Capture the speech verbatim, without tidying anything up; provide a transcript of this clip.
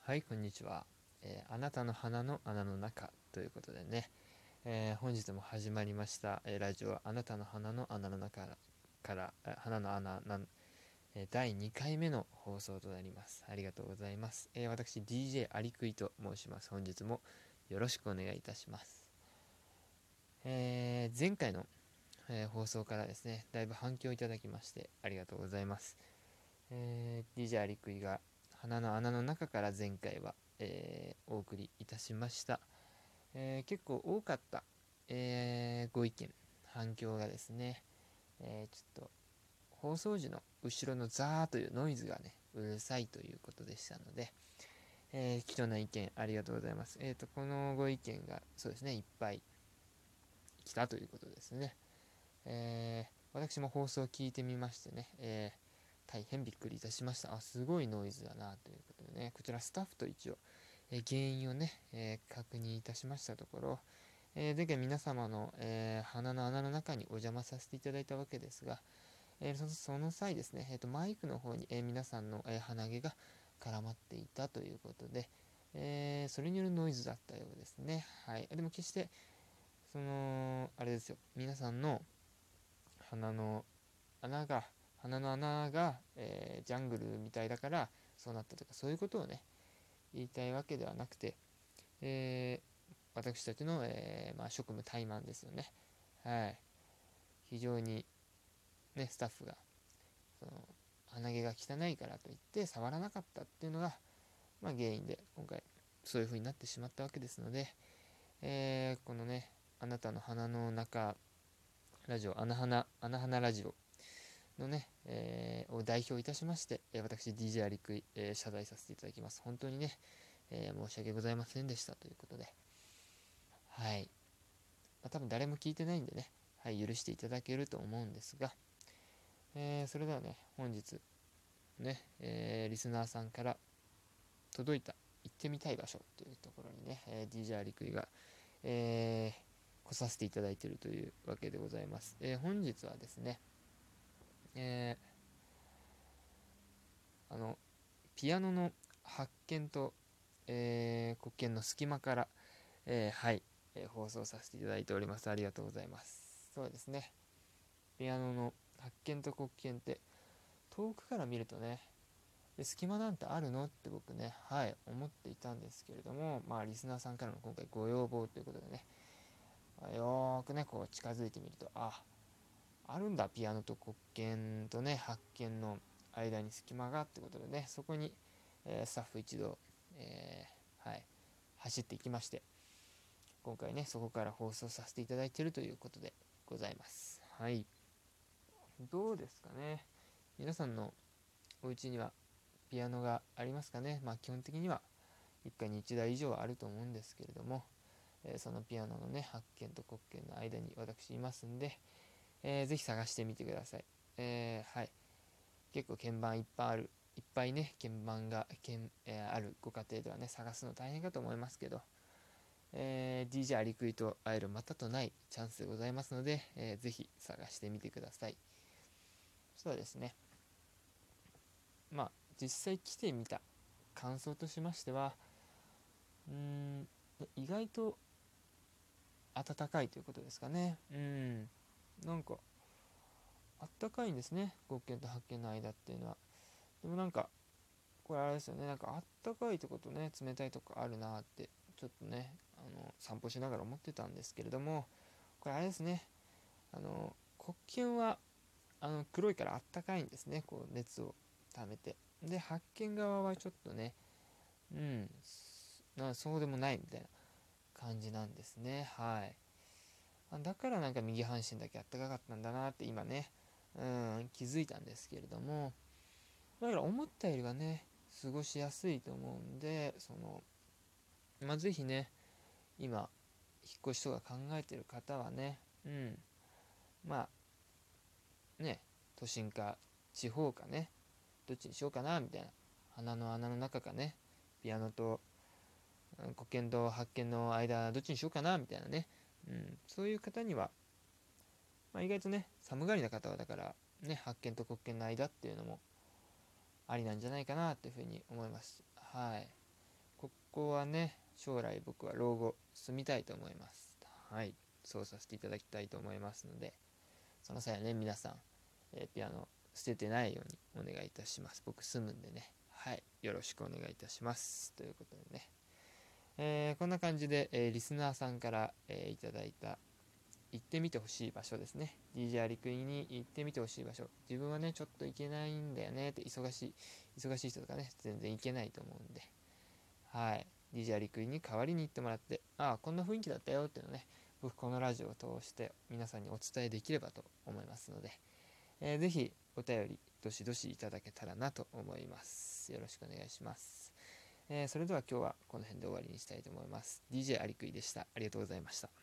はい、こんにちは。えーあなたの花の穴の中ということでね、えー本日も始まりました、えーラジオあなたの花の穴の中から、えー花の穴なん、えーだいにかいめの放送となります。ありがとうございます。えー私、ディージェー アリクイと申します。本日もよろしくお願いいたします。えー前回の、えー放送からですね、だいぶ反響いただきましてありがとうございます。えー、ディージェー アリクイが花の穴の中から前回は、えーお送りいたしました。えー結構多かった、えーご意見、反響がですね、えーちょっと放送時の後ろのザーというノイズがね、うるさいということでしたので、えー貴重な意見ありがとうございます。えーと、このご意見がそうですね、いっぱい来たということですね。えー私も放送を聞いてみましてね、えー大変びっくりいたしました。あ、すごいノイズだなということでね、こちらスタッフと一応、えー原因をね、えー確認いたしましたところ、えー前回皆様の、えー鼻の穴の中にお邪魔させていただいたわけですが、えーそのその際ですね、えーと、マイクの方に、えー皆さんの、えー鼻毛が絡まっていたということで、えーそれによるノイズだったようですね。はい。でも決して、その、あれですよ、皆さんの鼻の穴が、鼻の穴が、えージャングルみたいだからそうなったとか、そういうことをね、言いたいわけではなくて、えー私たちの、えーまあ、職務怠慢ですよね。はい。非常にね、スタッフが、その、鼻毛が汚いからといって触らなかったっていうのが、まあ、原因で、今回、そういう風になってしまったわけですので、えーこのね、あなたの鼻の中ラジオ、穴花、穴花ラジオのね、えーを代表いたしまして、えー私、ディージェー アリクイ、えー謝罪させていただきます。本当にね、えー申し訳ございませんでしたということで、はい。まあ、多分誰も聞いてないんでね、はい、許していただけると思うんですが、えーそれではね、本日、ね、えーリスナーさんから届いた行ってみたい場所というところにね、えー ディージェー アリクイが、えー来させていただいているというわけでございます。えー本日はですね、えーあの、ピアノの発見と、えー、黒鍵の隙間から、えーはい、えー放送させていただいております。ありがとうございます。そうですね。ピアノの発見と黒鍵って遠くから見るとね、隙間なんてあるのって僕ね、はい、思っていたんですけれども、まあ、リスナーさんからの今回ご要望ということでね、よーくね、こう近づいてみると、あ、あるんだ、ピアノと黒鍵とね、発見の間に隙間がってことでね、そこに、えースタッフ一同、えーはい、走っていきまして、今回ね、そこから放送させていただいているということでございます。はい。どうですかね。皆さんのお家にはピアノがありますかね。まあ基本的には一家に一台以上はあると思うんですけれども、えーそのピアノのね、発見と黒鍵の間に私いますんで、えーぜひ探してみてください。えーはい。結構鍵盤いっぱいある、いっぱいね、鍵盤が鍵、えーあるご家庭ではね、探すの大変かと思いますけど、えー ディージェー アリクイと会えるまたとないチャンスでございますので、えーぜひ探してみてください。そうですね。まあ、実際来てみた感想としましては、うーん、意外と暖かいということですかね。うん。なんか、あったかいんですね。黒鍵と発見の間っていうのは。でもなんか、これあれですよね。なんかあったかいとことね、冷たいとこあるなって、ちょっとね、あの、散歩しながら思ってたんですけれども、これあれですね。あの、黒鍵は、あの、黒いからあったかいんですね。こう、熱を溜めて。で、発見側はちょっとね、うん、なそうでもないみたいな感じなんですね。はい。だからなんか右半身だけあったかかったんだなって今ね、うん、気づいたんですけれども、だから思ったよりはね、過ごしやすいと思うんで、その、まあ、ぜひね、今、引っ越しとか考えてる方はね、うん、まあ、ね、都心か地方かね、どっちにしようかな、みたいな。鼻の穴の中かね、ピアノと黒鍵と発見の間、どっちにしようかな、みたいなね。うん、そういう方には、まあ、意外とね、寒がりな方はだから、ね、発見と黒鍵の間っていうのもありなんじゃないかなっていうふうに思います。はい。 こはね、将来僕は老後住みたいと思います。はい、そうさせていただきたいと思いますので、その際はね、皆さん、えー、ピアノ捨ててないようにお願いいたします。僕住むんでね、はい、よろしくお願いいたします。ということでね、えー、こんな感じで、えー、リスナーさんから、えー、いただいた行ってみてほしい場所ですね。 ディージェー アリクイに行ってみてほしい場所、自分はねちょっと行けないんだよねって、忙しい忙しい人とかね全然行けないと思うんで、はい、 ディージェー アリクイに代わりに行ってもらって、ああこんな雰囲気だったよっていうのをね、僕このラジオを通して皆さんにお伝えできればと思いますので、えー、ぜひお便りどしどしいただけたらなと思います。よろしくお願いします。えー、それでは今日はこの辺で終わりにしたいと思います。 ディージェー アリクイでした。ありがとうございました。